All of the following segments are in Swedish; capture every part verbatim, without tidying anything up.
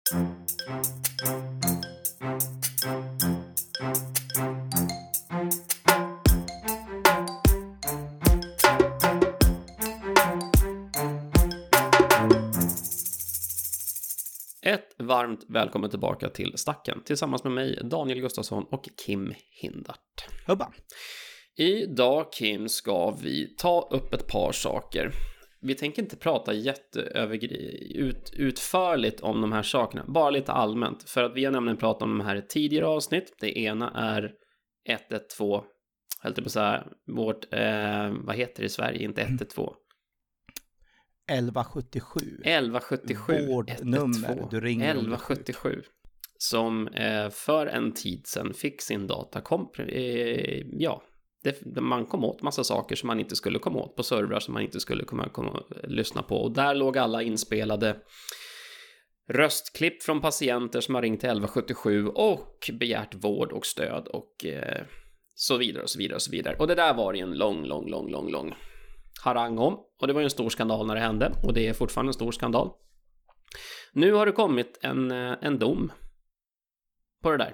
Ett varmt välkommen tillbaka till Stacken tillsammans med mig, Daniel Gustafsson och Kim Hindart. Hubba. Idag, Kim, ska vi ta upp ett par saker. Vi tänker inte prata jätteutförligt om de här sakerna, bara lite allmänt. För att vi har nämligen pratat om de här i tidigare avsnitt. Det ena är ett ett två, helt på så här, vårt, eh, vad heter det i Sverige, inte ett ett två. elva sjuttiosju. elva sjuttiosju. Vårdnummer. Du ringer elva sjuttiosju. Som eh, för en tid sedan fick sin data komp- eh, ja, det, man kom åt massa saker som man inte skulle komma åt på servrar som man inte skulle komma, komma lyssna på. Och där låg alla inspelade röstklipp från patienter som har ringt till elva sjuttiosju och begärt vård och stöd och eh, så vidare och så vidare och så vidare. Och det där var ju en lång, lång, lång, lång, lång harang om. Och det var ju en stor skandal när det hände. Och det är fortfarande en stor skandal. Nu har det kommit en, en dom på det där.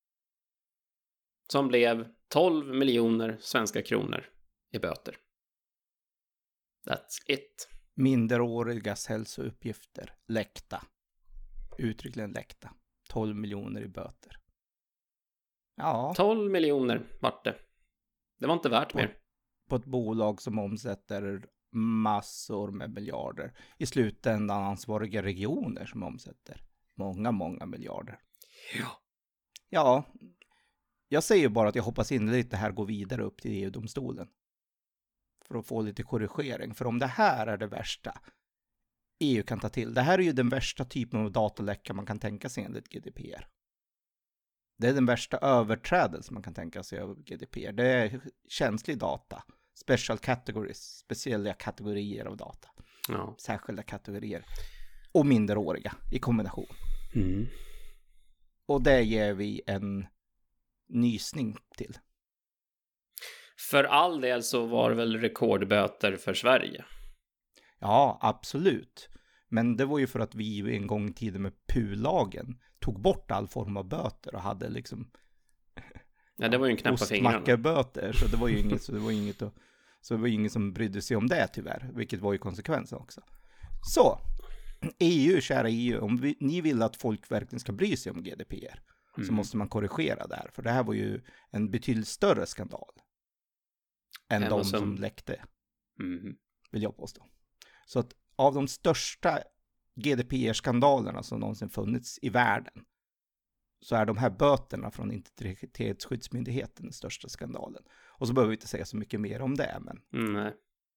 Som blev tolv miljoner svenska kronor i böter. That's it. Minderårigas hälsouppgifter läckta. Uttryckligen läckta. tolv miljoner i böter. Ja. tolv miljoner vart det. Det var inte värt på, mer. På ett bolag som omsätter massor med miljarder. I slutändan ansvariga regioner som omsätter många, många miljarder. Ja. Ja. Jag säger bara att jag hoppas innerligt det här går vidare upp till E U-domstolen. För att få lite korrigering. För om det här är det värsta E U kan ta till. Det här är ju den värsta typen av dataläcka man kan tänka sig enligt G D P R. Det är den värsta överträdelsen man kan tänka sig av G D P R. Det är känslig data. Special categories. Speciella kategorier av data. Ja. Särskilda kategorier. Och minderåriga i kombination. Mm. Och det ger vi en nysning till. För all del så var det väl rekordböter för Sverige. Ja, absolut. Men det var ju för att vi en gång i tiden med P U-lagen tog bort all form av böter och hade liksom ja, det var ju en knäppa fingrarna. Ostmackeböter, så det var ju inget så det var ju inget att, så det var ju ingen som brydde sig om det tyvärr, vilket var ju konsekvensen också. Så E U, kära E U, om vi, ni vill att folk verkligen ska bry sig om G D P R mm. så måste man korrigera det här, för det här var ju en betydligt större skandal än Än de som, som läckte. Mm. Vill jag påstå. Så att av de största G D P R-skandalerna som någonsin funnits i världen så är de här böterna från Integritetsskyddsmyndigheten den största skandalen. Och så behöver vi inte säga så mycket mer om det. Men... Mm, nej.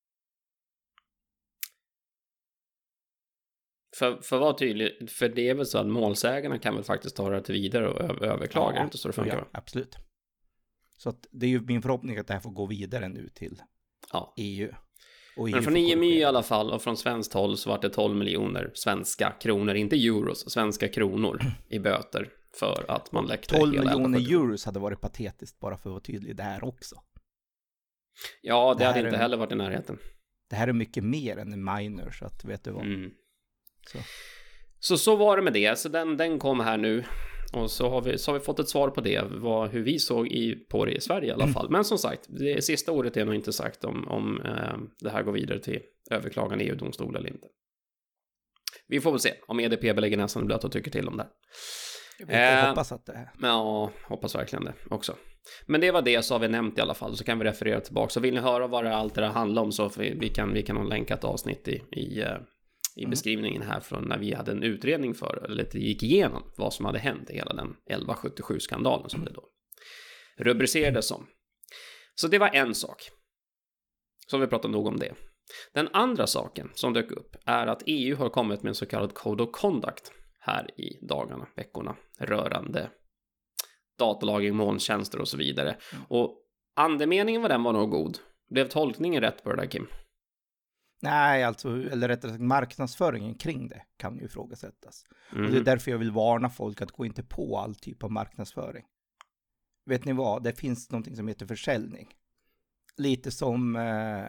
För, för att vara tydlig, för det är väl så att målsägarna kan väl faktiskt ta det till vidare och ö- överklaga. Ja, inte så det funkar. Ja, absolut. Så att det är ju min förhoppning att det här får gå vidare nu till ja. E U. Och Men från I M Y i alla fall och från svenskt håll så var det tolv miljoner svenska kronor, inte euros, svenska kronor i böter för att man läckte tolv miljoner euros hade varit patetiskt, bara för att vara tydlig det här också. Ja, det, det hade inte en, heller varit i närheten. Det här är mycket mer än en minor, så att vet du vad. Mm. Så. så så var det med det, så den, den kom här nu. Och så har vi, så har vi fått ett svar på det, vad, hur vi såg i, på det i Sverige i alla fall. Mm. Men som sagt, det sista ordet är nog inte sagt om, om eh, det här går vidare till överklagan i E U-domstol eller inte. Vi får väl se om E D P belägger nästan blöt och tycker till om det. Vi får eh, hoppas att det är. Ja, hoppas verkligen det också. Men det var det, så har vi nämnt i alla fall, så kan vi referera tillbaka. Så vill ni höra vad det allt det där handlar om, så vi, vi kan vi kan nog länka ett avsnitt i, i i beskrivningen här från när vi hade en utredning för, eller det gick igenom vad som hade hänt i hela den elva sjuttiosju-skandalen som det då rubricerades som. Så det var en sak. Så vi pratat nog om det. Den andra saken som dök upp är att E U har kommit med en så kallad Code of Conduct här i dagarna, veckorna, rörande datalagring, molntjänster och så vidare. Och andemeningen var den var nog god. Blev tolkningen rätt på det där, Kim? Nej, alltså, eller rättare sagt marknadsföringen kring det kan ju ifrågasättas. Mm. Och det är därför jag vill varna folk att gå inte på all typ av marknadsföring. Vet ni vad? Det finns någonting som heter försäljning. Lite som eh,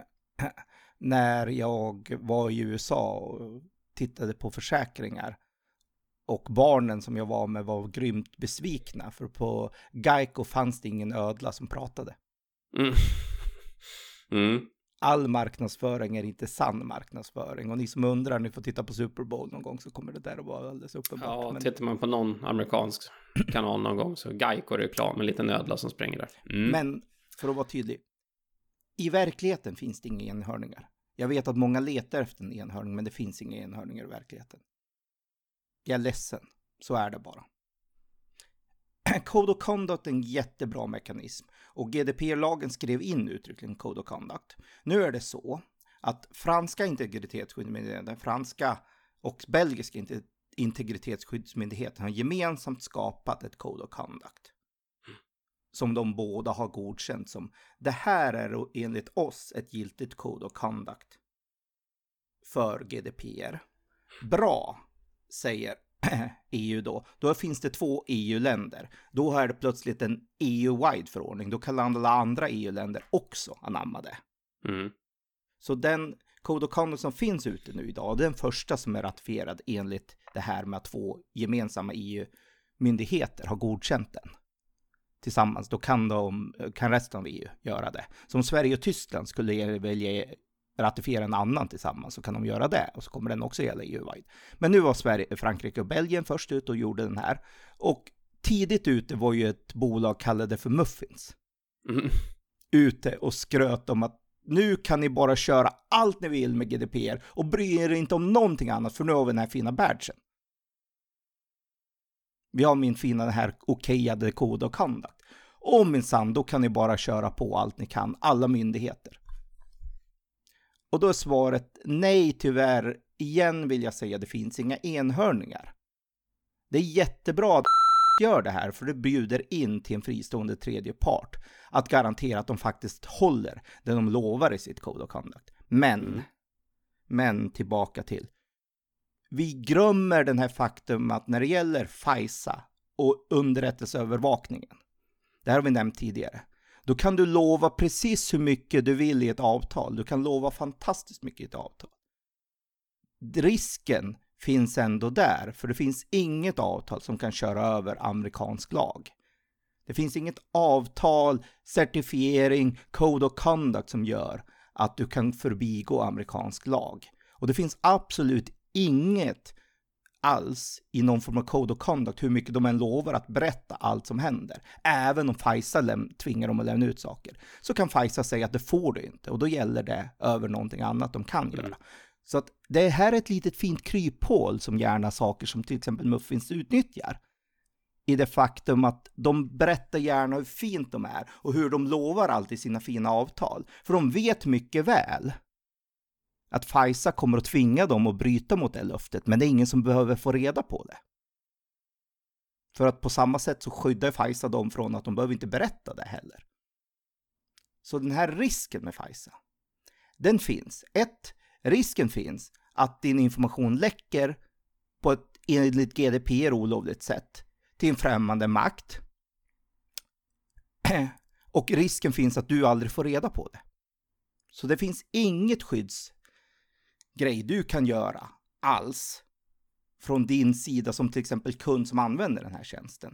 när jag var i U S A och tittade på försäkringar. Och barnen som jag var med var grymt besvikna. För på Geico fanns det ingen ödla som pratade. Mm. Mm. All marknadsföring är inte sann marknadsföring. Och ni som undrar, ni får titta på Super Bowl någon gång så kommer det där att vara alldeles uppenbart. Ja, men... tittar man på någon amerikansk kanal någon gång så Geico-reklam med lite ödla som springer där. Mm. Men för att vara tydlig, i verkligheten finns det inga enhörningar. Jag vet att många letar efter en enhörning, men det finns inga enhörningar i verkligheten. Jag är ledsen, så är det bara. Code of Conduct är en jättebra mekanism och G D P R-lagen skrev in uttryckligen Code of Conduct. Nu är det så att franska integritetsskyddsmyndigheten, franska och belgiska integritetsskyddsmyndigheten har gemensamt skapat ett Code of Conduct. Som de båda har godkänt som det här är enligt oss ett giltigt Code of Conduct för G D P R. Bra, säger E U då. Då finns det två E U-länder. Då är det plötsligt en E U-wide förordning. Då kan alla andra E U-länder också anamma det. Mm. Så den Code of Conduct som finns ute nu idag, det är den första som är ratifierad enligt det här med att två gemensamma E U-myndigheter har godkänt den. Tillsammans, då kan, de, kan resten av E U göra det. Som Sverige och Tyskland skulle välja ratifiera en annan tillsammans så kan de göra det. Och så kommer den också gälla E U-wide. Men nu var Sverige, Frankrike och Belgien först ut och gjorde den här. Och tidigt ute var ju ett bolag kallade för Muffins. Mm. Ute och skröt om att nu kan ni bara köra allt ni vill med G D P R och bry er inte om någonting annat för nu har vi den här fina badgen. Vi har min fina den här okejade Code of Conduct. Och minsann, då kan ni bara köra på allt ni kan, alla myndigheter. Och då är svaret nej tyvärr. Igen vill jag säga, det finns inga enhörningar. Det är jättebra att gör det här för det bjuder in till en fristående tredje part att garantera att de faktiskt håller det de lovar i sitt Code of Conduct. Men, mm. men tillbaka till vi glömmer den här faktum att när det gäller FISA och underrättelseövervakningen, det här har vi nämnt tidigare, då kan du lova precis hur mycket du vill i ett avtal. Du kan lova fantastiskt mycket i ett avtal. Risken finns ändå där, för det finns inget avtal som kan köra över amerikansk lag. Det finns inget avtal, certifiering, Code of Conduct som gör att du kan förbigå amerikansk lag. Och det finns absolut inget alls i någon form av Code of Conduct hur mycket de än lovar att berätta allt som händer. Även om FISA läm- tvingar dem att lämna ut saker så kan FISA säga att det får du inte och då gäller det över någonting annat de kan göra. Så att det här är ett litet fint kryphål som gärna saker som till exempel Muffins utnyttjar. I det faktum att de berättar gärna hur fint de är och hur de lovar alltid sina fina avtal. För de vet mycket väl att FISA kommer att tvinga dem att bryta mot det löftet, men det är ingen som behöver få reda på det. För att på samma sätt så skyddar FISA dem från att de behöver inte berätta det heller. Så den här risken med FISA, den finns. Ett, risken finns att din information läcker på ett enligt G D P R olovligt sätt till en främmande makt. Och risken finns att du aldrig får reda på det. Så det finns inget skydds grej du kan göra alls från din sida som till exempel kund som använder den här tjänsten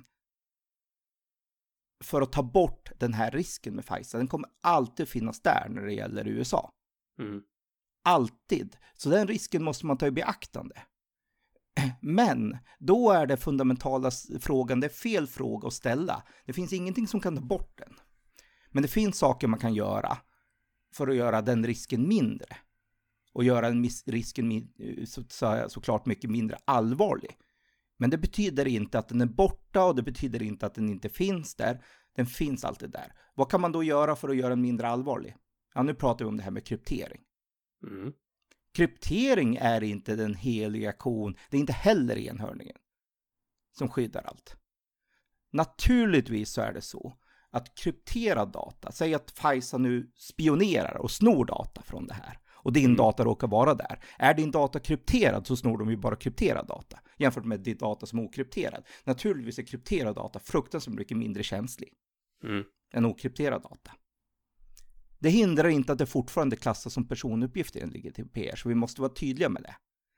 för att ta bort den här risken med FISA. Den kommer alltid finnas där när det gäller U S A. Mm. Alltid. Så den risken måste man ta i beaktande. Men då är det fundamentala frågan, det är fel fråga att ställa. Det finns ingenting som kan ta bort den. Men det finns saker man kan göra för att göra den risken mindre. Och göra den risken så, så, såklart mycket mindre allvarlig. Men det betyder inte att den är borta och det betyder inte att den inte finns där. Den finns alltid där. Vad kan man då göra för att göra den mindre allvarlig? Ja, nu pratar vi om det här med kryptering. Mm. Kryptering är inte den heliga kon. Det är inte heller enhörningen som skyddar allt. Naturligtvis så är det så att krypterad data, säg att FISA nu spionerar och snor data från det här. Och din mm. data råkar vara där. Är din data krypterad så snor de ju bara krypterad data. Jämfört med din data som är okrypterad. Naturligtvis är krypterad data fruktansvärt mycket mindre känslig. Mm. Än okrypterad data. Det hindrar inte att det fortfarande klassas som personuppgifter enligt G D P R. Så vi måste vara tydliga med det.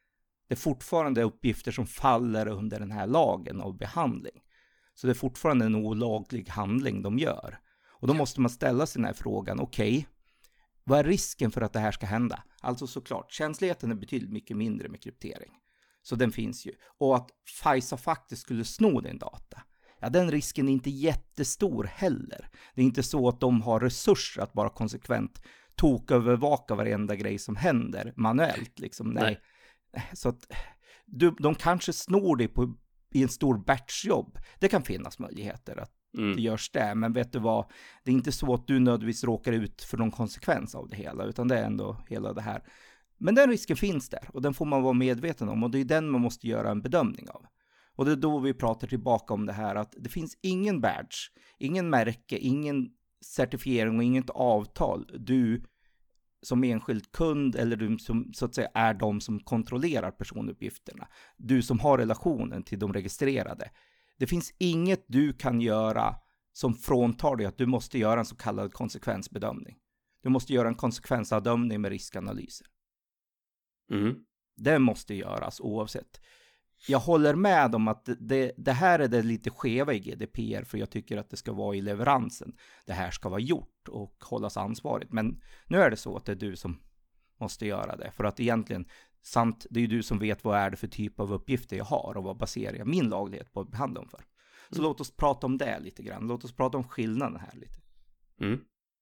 Det är fortfarande uppgifter som faller under den här lagen av behandling. Så det är fortfarande en olaglig handling de gör. Och då måste man ställa sig den här frågan, okej, okay, vad är risken för att det här ska hända? Alltså såklart, känsligheten är betydligt mycket mindre med kryptering. Så den finns ju. Och att FISA faktiskt skulle sno din data, ja, den risken är inte jättestor heller. Det är inte så att de har resurser att bara konsekvent tokövervaka varenda grej som händer manuellt. Liksom. Nej. Nej. Så att du, de kanske snor dig på, i en stor batchjobb. Det kan finnas möjligheter att mm. det görs det. Men vet du vad, det är inte så att du nödvändigtvis råkar ut för någon konsekvens av det hela. Utan det är ändå hela det här. Men den risken finns där. Och den får man vara medveten om. Och det är den man måste göra en bedömning av. Och det är då vi pratar tillbaka om det här att det finns ingen badge, ingen märke, ingen certifiering och inget avtal. Du som enskild kund eller du som så att säga är de som kontrollerar personuppgifterna. Du som har relationen till de registrerade. Det finns inget du kan göra som fråntar dig att du måste göra en så kallad konsekvensbedömning. Du måste göra en konsekvensbedömning med riskanalyser. Mm. Det måste göras oavsett. Jag håller med om att det, det här är det lite skeva i G D P R, för jag tycker att det ska vara i leveransen. Det här ska vara gjort och hållas ansvarigt. Men nu är det så att det är du som måste göra det. För att egentligen, sant, det är ju du som vet vad är det för typ av uppgifter jag har och vad baserar jag min laglighet på att behandla dem för. Så mm. låt oss prata om det lite grann. Låt oss prata om skillnaden här lite. Mm.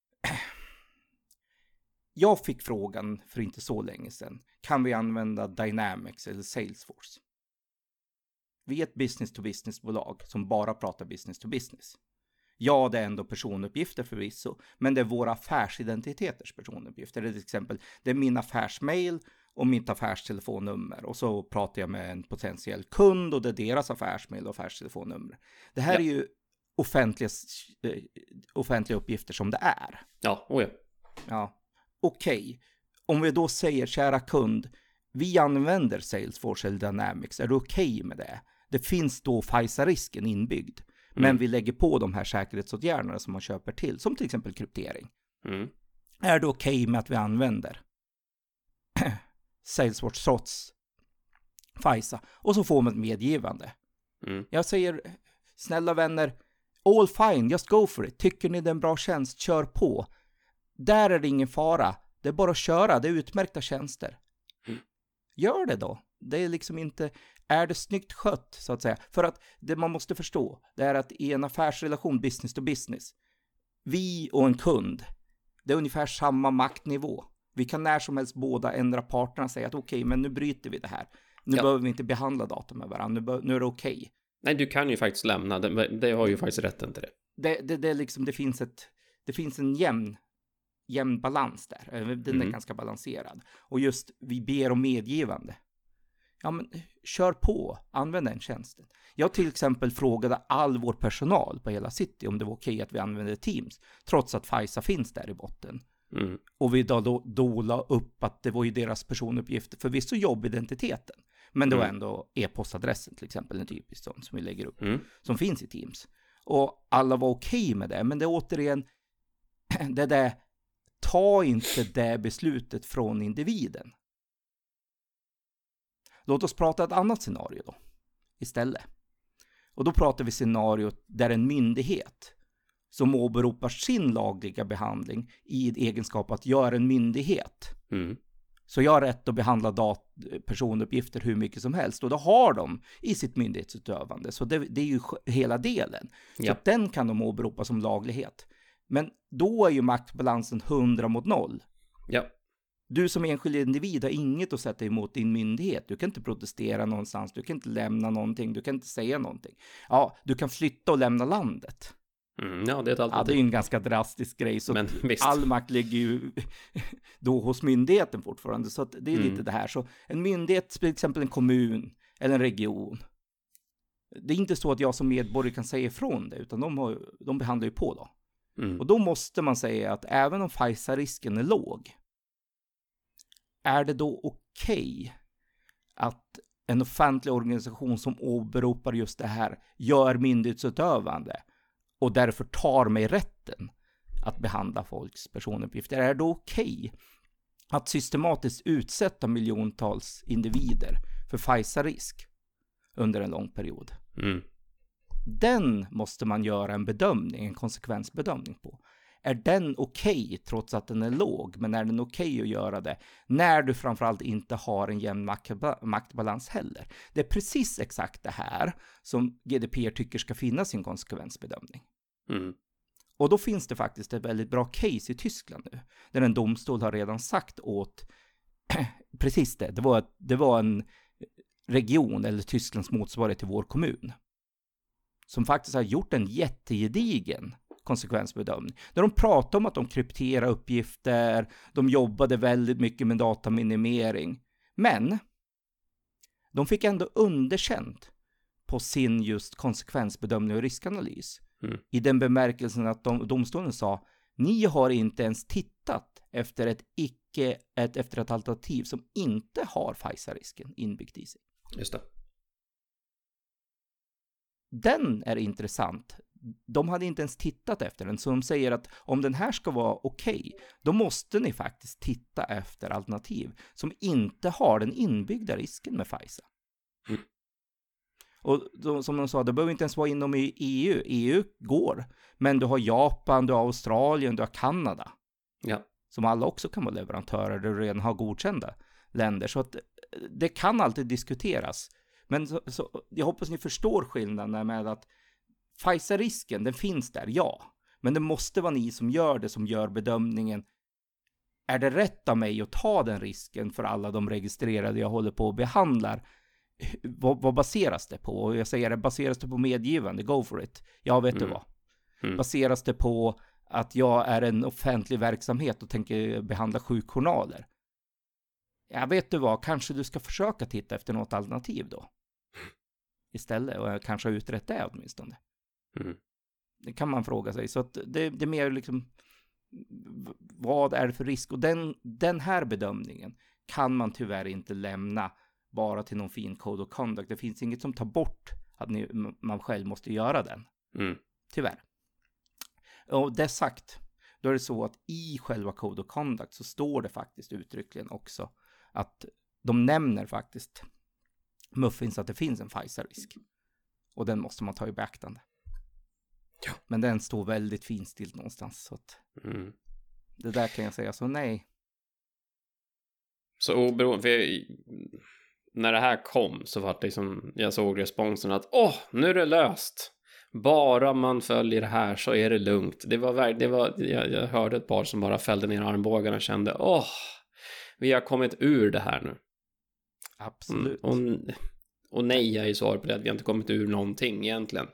Jag fick frågan för inte så länge sedan. Kan vi använda Dynamics eller Salesforce? Vi är ett business-to-business-bolag som bara pratar business-to-business. Ja, det är ändå personuppgifter förvisso, men det är våra affärsidentiteters personuppgifter. Det är till exempel, det är min affärsmail och mitt affärstelefonnummer. Och så pratar jag med en potentiell kund och det är deras affärsmail och affärstelefonnummer. Det här ja. är ju offentliga, offentliga uppgifter som det är. Ja, oh ja. Ja, okej. Okay. Om vi då säger, kära kund, vi använder Salesforce eller Dynamics, är du okej okay med det? Det finns då FISA-risken inbyggd. Mm. Men vi lägger på de här säkerhetsåtgärderna som man köper till. Som till exempel kryptering. Mm. Är du okej okay med att vi använder Salesforce trots FISA? Och så får man ett medgivande. Mm. Jag säger, snälla vänner, all fine, just go for it. Tycker ni det är en bra tjänst, kör på. Där är det ingen fara. Det är bara att köra, det är utmärkta tjänster. Mm. Gör det då. Det är liksom inte, är det snyggt skött så att säga. För att det man måste förstå, det är att i en affärsrelation business to business, vi och en kund, det är ungefär samma maktnivå. Vi kan när som helst båda ändra parterna och säga att okej, okay, men nu bryter vi det här. Nu ja. behöver vi inte behandla data med varandra, nu, be- nu är det okej. Okay. Nej, du kan ju faktiskt lämna, det, det har ju faktiskt rätten till det. Det, det, det, liksom, det, finns, ett, det finns en jämn jämn balans där. Den mm. är ganska balanserad. Och just vi ber om medgivande. Ja, men kör på. Använd den tjänsten. Jag till exempel frågade all vår personal på hela City om det var okej att vi använde Teams. Trots att FISA finns där i botten. Mm. Och vi då, då, då la upp att det var ju deras personuppgifter. Förvisso jobbidentiteten. Men det var mm. ändå e-postadressen till exempel. En typisk sån som vi lägger upp. Mm. Som finns i Teams. Och alla var okej med det. Men det är återigen det där. Ta inte det beslutet från individen. Låt oss prata ett annat scenario då. Istället. Och då pratar vi scenario där en myndighet som åberopar sin lagliga behandling i egenskap att göra en myndighet. Mm. Så jag har rätt att behandla dat- personuppgifter hur mycket som helst. Och det har de i sitt myndighetsutövande. Så det, det är ju hela delen. Så ja. att den kan de åberopa som laglighet. Men då är ju maktbalansen hundra mot noll. Ja. Du som enskild individ har inget att sätta emot din myndighet. Du kan inte protestera någonstans. Du kan inte lämna någonting. Du kan inte säga någonting. Ja, du kan flytta och lämna landet. Mm, ja, det är ett alternativ. Ja, det är ju en ganska drastisk grej. Så men, all makt ligger ju då hos myndigheten fortfarande. Så att det är mm. lite det här. Så en myndighet, till exempel en kommun eller en region. Det är inte så att jag som medborgare kan säga ifrån det. Utan de, har, de behandlar ju på då. Mm. Och då måste man säga att även om FISA-risken är låg, är det då okej okay att en offentlig organisation som åberopar just det här gör myndighetsutövande och därför tar mig rätten att behandla folks personuppgifter? Är det då okej okay att systematiskt utsätta miljontals individer för Pfizer-risk under en lång period. Mm. Den måste man göra en bedömning, en konsekvensbedömning på. Är den okej okay, trots att den är låg, men är den okej okay att göra det när du framförallt inte har en jämn maktbalans heller? Det är precis exakt det här som G D P R tycker ska finnas i en konsekvensbedömning. Mm. Och då finns det faktiskt ett väldigt bra case i Tyskland nu, där en domstol har redan sagt åt precis det, det var, det var en region eller Tysklands motsvarighet till vår kommun som faktiskt har gjort en jättegedigen konsekvensbedömning. Där de pratade om att de krypterar uppgifter, de jobbade väldigt mycket med dataminimering. Men de fick ändå underkänt på sin just konsekvensbedömning och riskanalys. Mm. I den bemärkelsen att de, domstolen sa, ni har inte ens tittat efter ett, icke, ett, efter ett alternativ som inte har Pfizer-risken inbyggt i sig. Just det. Den är intressant. De hade inte ens tittat efter den. Så de säger att om den här ska vara okej, okay, då måste ni faktiskt titta efter alternativ som inte har den inbyggda risken med Pfizer. Mm. Och då, som de sa, det behöver inte ens vara inom E U. E U går. Men du har Japan, du har Australien, du har Kanada. Ja. Som alla också kan vara leverantörer där du redan har godkända länder. Så att det kan alltid diskuteras. Men så, så, jag hoppas ni förstår skillnaden med att Pfizer-risken, den finns där, ja. Men det måste vara ni som gör det, som gör bedömningen. Är det rätt av mig att ta den risken för alla de registrerade jag håller på och behandlar? Vad, vad baseras det på? Och jag säger det, baseras det på medgivande? Go for it. Ja, vet mm. du vad? Mm. Baseras det på att jag är en offentlig verksamhet och tänker behandla sjukjournaler? Ja, vet du vad? Kanske du ska försöka titta efter något alternativ då. Istället, och jag kanske har utrett det åtminstone. Mm. Det kan man fråga sig. Så att det, det är mer liksom, vad är det för risk? Och den, den här bedömningen kan man tyvärr inte lämna bara till någon fin code of conduct. Det finns inget som tar bort att ni, man själv måste göra den. Mm. Tyvärr. Och det sagt, då är det så att i själva code of conduct så står det faktiskt uttryckligen också att de nämner faktiskt Muffins att det finns en Pfizer-risk. Och den måste man ta i beaktande. Ja. Men den står väldigt finstilt någonstans. Så att mm. det där kan jag säga så nej. Så oberoende, för jag, när det här kom så var det liksom, jag såg responsen att åh, nu är det löst. Bara man följer det här så är det lugnt. Det var, det var jag, jag hörde ett par som bara fällde ner armbågarna och kände åh, vi har kommit ur det här nu. Absolut. Mm, och, och nej, jag är ju svar på det att vi har inte kommit ur någonting egentligen.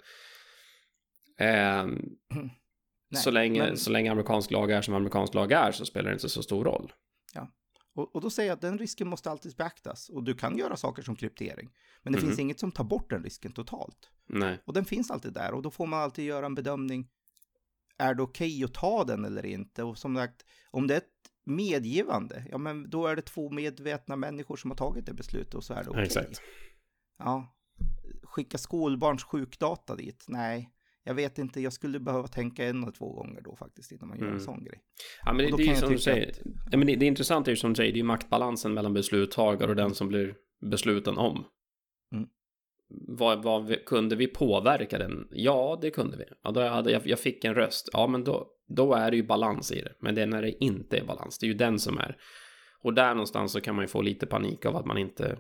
Eh, nej, så, länge, men... så länge amerikansk lag är som amerikansk lag är så spelar det inte så stor roll. Ja, och, och då säger jag att den risken måste alltid beaktas. Och du kan göra saker som kryptering. Men det mm. finns inget som tar bort den risken totalt. Nej. Och den finns alltid där. Och då får man alltid göra en bedömning. Är det okej okay att ta den eller inte? Och som sagt, om det är ett medgivande, ja men då är det två medvetna människor som har tagit det beslutet och så är det okej. Okay. Exakt. Ja. Skicka skolbarns sjukdata dit? Nej. Jag vet inte, jag skulle behöva tänka en eller två gånger då faktiskt innan man gör mm. en sån grej. Ja, men det, det är som du säger. Att... Ja, men det, det är intressant är ju som du säger, det är maktbalansen mellan besluttagare och den som blir besluten om. Mm. Vad, vad vi, kunde vi påverka den? Ja, det kunde vi. Ja, då hade jag, jag fick en röst. Ja, men då, då är det ju balans i det. Men det är när det inte är balans. Det är ju den som är. Och där någonstans så kan man ju få lite panik av att man inte...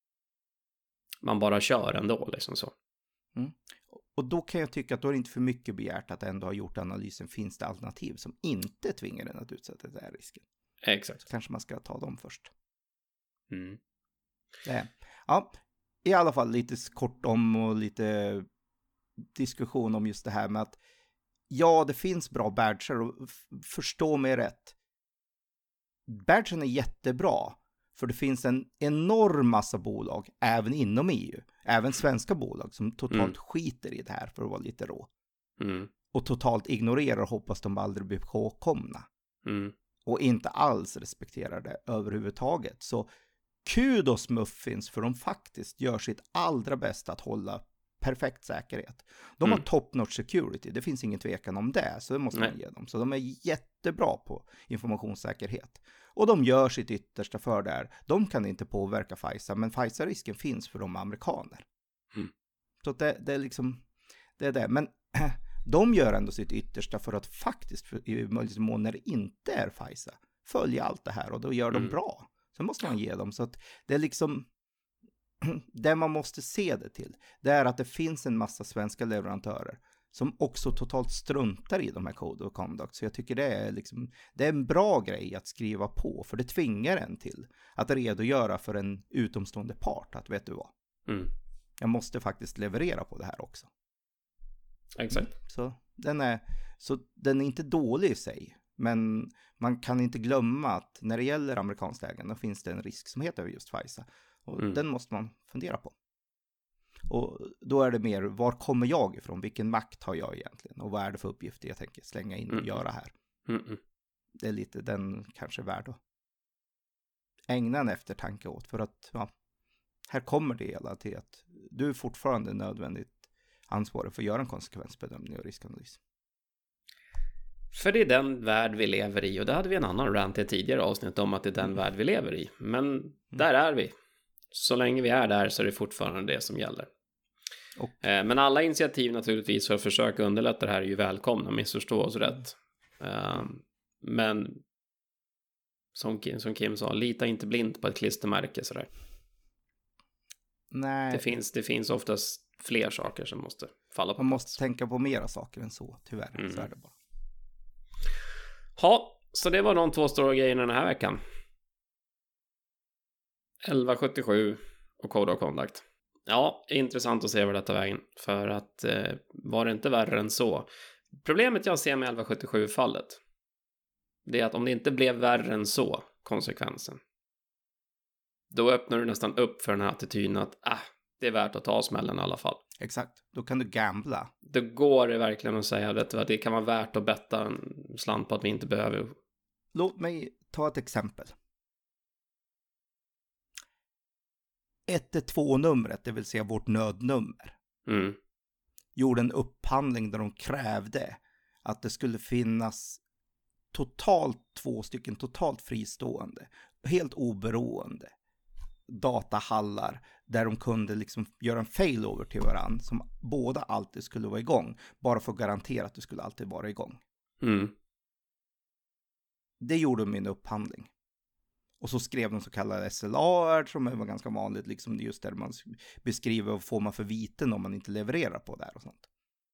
Man bara kör ändå, liksom så. Mm. Och då kan jag tycka att då är det inte för mycket begärt att ändå ha gjort analysen. Finns det alternativ som inte tvingar den att utsätta den här risken? Exakt. Så kanske man ska ta dem först. Mm. Det. Ja, i alla fall lite kort om och lite diskussion om just det här med att ja, det finns bra badger och f- förstå mig rätt. Badgen är jättebra. För det finns en enorm massa bolag, även inom E U, även svenska bolag som totalt mm. skiter i det här för att vara lite rå. Mm. Och totalt ignorerar och hoppas de aldrig blir påkomna. Mm. Och inte alls respekterar det överhuvudtaget. Så kudos Muffins för de faktiskt gör sitt allra bästa att hålla perfekt säkerhet. De Mm. har top notch security, det finns ingen tvekan om det, så det måste man Nej. ge dem. Så de är jättebra på informationssäkerhet. Och de gör sitt yttersta för det här. De kan inte påverka Pfizer, men Pfizer-risken finns för de amerikaner. Mm. Så det, det är liksom, det är det. Men de gör ändå sitt yttersta för att faktiskt, för, i möjligtvis mån när det inte är Pfizer, följa allt det här och då gör de Mm. bra. Så måste man ge dem. Så att det är liksom, det man måste se det till, det är att det finns en massa svenska leverantörer som också totalt struntar i de här Code of Conduct. Så jag tycker det är liksom, det är en bra grej att skriva på, för det tvingar en till att redogöra för en utomstående part, att vet du vad, Mm. jag måste faktiskt leverera på det här också. Exakt. Så den är, så den är inte dålig i sig, men man kan inte glömma att när det gäller amerikanskt ägande finns det en risk som heter just Pfizer. Och Mm. den måste man fundera på. Och då är det mer, var kommer jag ifrån? Vilken makt har jag egentligen? Och vad är det för uppgifter jag tänker slänga in och Mm. göra här? Mm. Mm. Det är lite den kanske värd att ägna en eftertanke åt. För att ja, här kommer det hela till att du är fortfarande nödvändigt ansvarig för att göra en konsekvensbedömning och riskanalys. För det är den värld vi lever i, och det hade vi en annan rant i ett tidigare avsnitt om att det är den värld vi lever i. Men mm. där är vi. Så länge vi är där så är det fortfarande det som gäller. Och. Men alla initiativ naturligtvis för att försöka underlätta det här är ju välkomna, missförstå oss rätt. Mm. Men som Kim, som Kim sa, lita inte blint på ett klistermärke sådär. Nej. Det finns, det finns oftast fler saker som måste falla på Man plats. måste tänka på mera saker än så, tyvärr. Mm. Så är det bara. Ja, så det var de två stora grejerna den här veckan. elva sjuttiosju och Code of Conduct. Ja, intressant att se vad detta vägen. För att eh, var det inte värre än så. Problemet jag ser med elva sjuttiosju-fallet, det är att om det inte blev värre än så, konsekvensen, då öppnar du nästan upp för den här attityden att ah, det är värt att ta smällen i alla fall. Exakt, då kan du gambla. Då går det verkligen att säga att det kan vara värt att betta en slant på att vi inte behöver. Låt mig ta ett exempel. ett ett två-numret, det vill säga vårt nödnummer, mm. gjorde en upphandling där de krävde att det skulle finnas totalt två stycken totalt fristående, helt oberoende datahallar där de kunde liksom göra en failover till varandra som båda alltid skulle vara igång, bara för att garantera att det skulle alltid vara igång. Mm. Det gjorde min upphandling. Och så skrev de så kallade S L A som var ganska vanligt, liksom just där man beskriver vad får man för viten om man inte levererar på det här och sånt.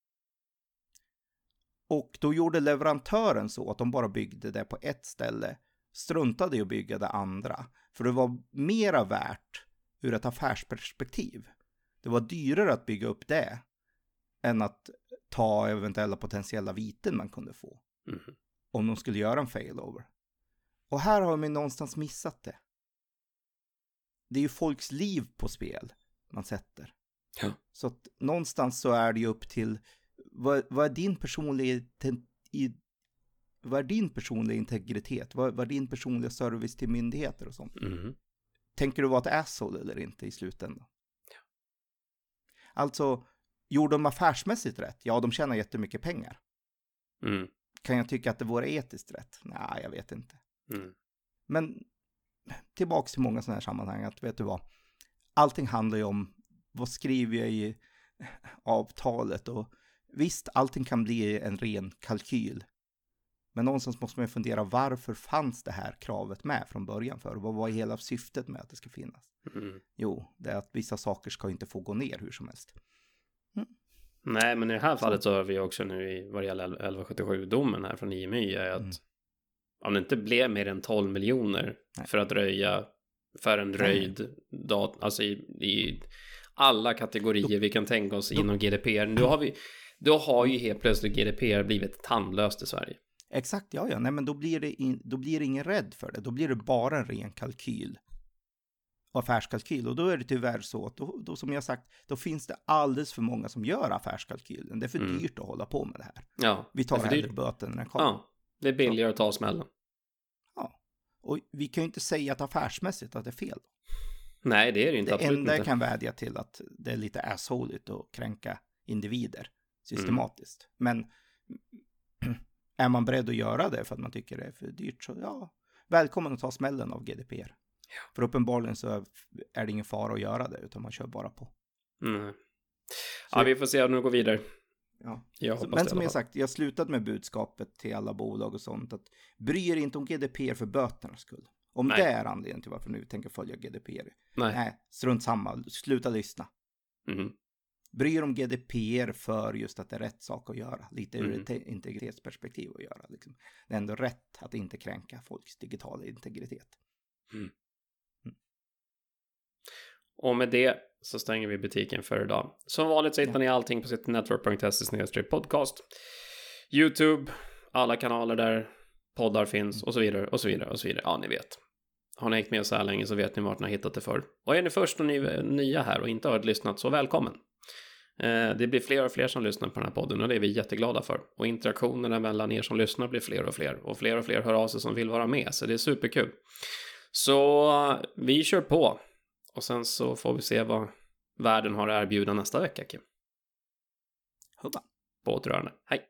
Och då gjorde leverantören så att de bara byggde det på ett ställe, struntade i att bygga det andra, för det var mera värt ur ett affärsperspektiv. Det var dyrare att bygga upp det än att ta eventuella potentiella viten man kunde få. Mm. Om de skulle göra en failover. Och här har man någonstans missat det. Det är ju folks liv på spel man sätter. Ja. Så att någonstans så är det ju upp till vad, vad är din personliga i, vad är din personliga integritet? Vad, vad är din personliga service till myndigheter och sånt? Mm. Tänker du vara ett asshole eller inte i slutändan? Ja. Alltså, gjorde de affärsmässigt rätt? Ja, de tjänar jättemycket pengar. Mm. Kan jag tycka att det vore etiskt rätt? Nej, jag vet inte. Mm. Men tillbaka till många sådana här sammanhang, att vet du vad? Allting handlar ju om vad skriver jag i avtalet, och visst, allting kan bli en ren kalkyl. Men någonstans måste man fundera, varför fanns det här kravet med från början för? Vad var hela syftet med att det ska finnas? Mm. Jo, det är att vissa saker ska inte få gå ner hur som helst. Mm. Nej, men i det här fallet så har vi också nu i vad det gäller elva sjuttiosju-domen här från I M Y är att mm. om det inte blev mer än tolv miljoner Nej. för att röja för en röjd dat, alltså i, i alla kategorier då, vi kan tänka oss då, inom G D P R, då har vi då har ju helt plötsligt G D P R blivit tandlöst i Sverige. Exakt, ja, ja. Nej, men då blir det in, då blir det ingen rädd för det. Då blir det bara en ren kalkyl. Affärskalkyl. Och då är det tyvärr så att då, då, som jag sagt, då finns det alldeles för många som gör affärskalkylen. Det är för mm. dyrt att hålla på med det här. Ja, vi tar hellre böten när den kommer. Ja, det är billigare så. Att ta smällen. Ja, och vi kan ju inte säga att affärsmässigt att det är fel. Nej, det är det inte. Det enda inte. jag kan vädja till att det är lite assholigt att kränka individer systematiskt. Mm. Men är man beredd att göra det för att man tycker det är för dyrt, så ja, välkommen att ta smällen av G D P R. Ja. För uppenbarligen så är det ingen fara att göra det, utan man kör bara på. Mm. Ja, vi får se om det går vidare. Ja. Jag så, men som jag sagt, jag har slutat med budskapet till alla bolag och sånt, att bry er inte om G D P R för böternas skull. Om Nej. Det är anledningen till varför nu tänker följa G D P R. Nej, Nej strunt samma, sluta lyssna. Mm. Bry er om G D P R för just att det är rätt sak att göra. Lite ur mm. ett integritetsperspektiv att göra. Liksom. Det är ändå rätt att inte kränka folks digitala integritet. Mm. Mm. Och med det så stänger vi butiken för idag. Som vanligt så hittar ja. ni allting på citynetwork punkt se snedstreck podcast. YouTube, alla kanaler där poddar finns och så vidare och så vidare och så vidare. Ja, ni vet. Har ni hängt med så här länge så vet ni vart ni har hittat det för. Och är ni först och ni nya här och inte har lyssnat, så välkommen. Eh, det blir fler och fler som lyssnar på den här podden och det är vi jätteglada för. Och interaktionerna mellan er som lyssnar blir fler och fler. Och fler och fler hör av sig som vill vara med, så det är superkul. Så vi kör på. Och sen så får vi se vad världen har att erbjuda nästa vecka, Kim. Hurra. På återhörande. Hej.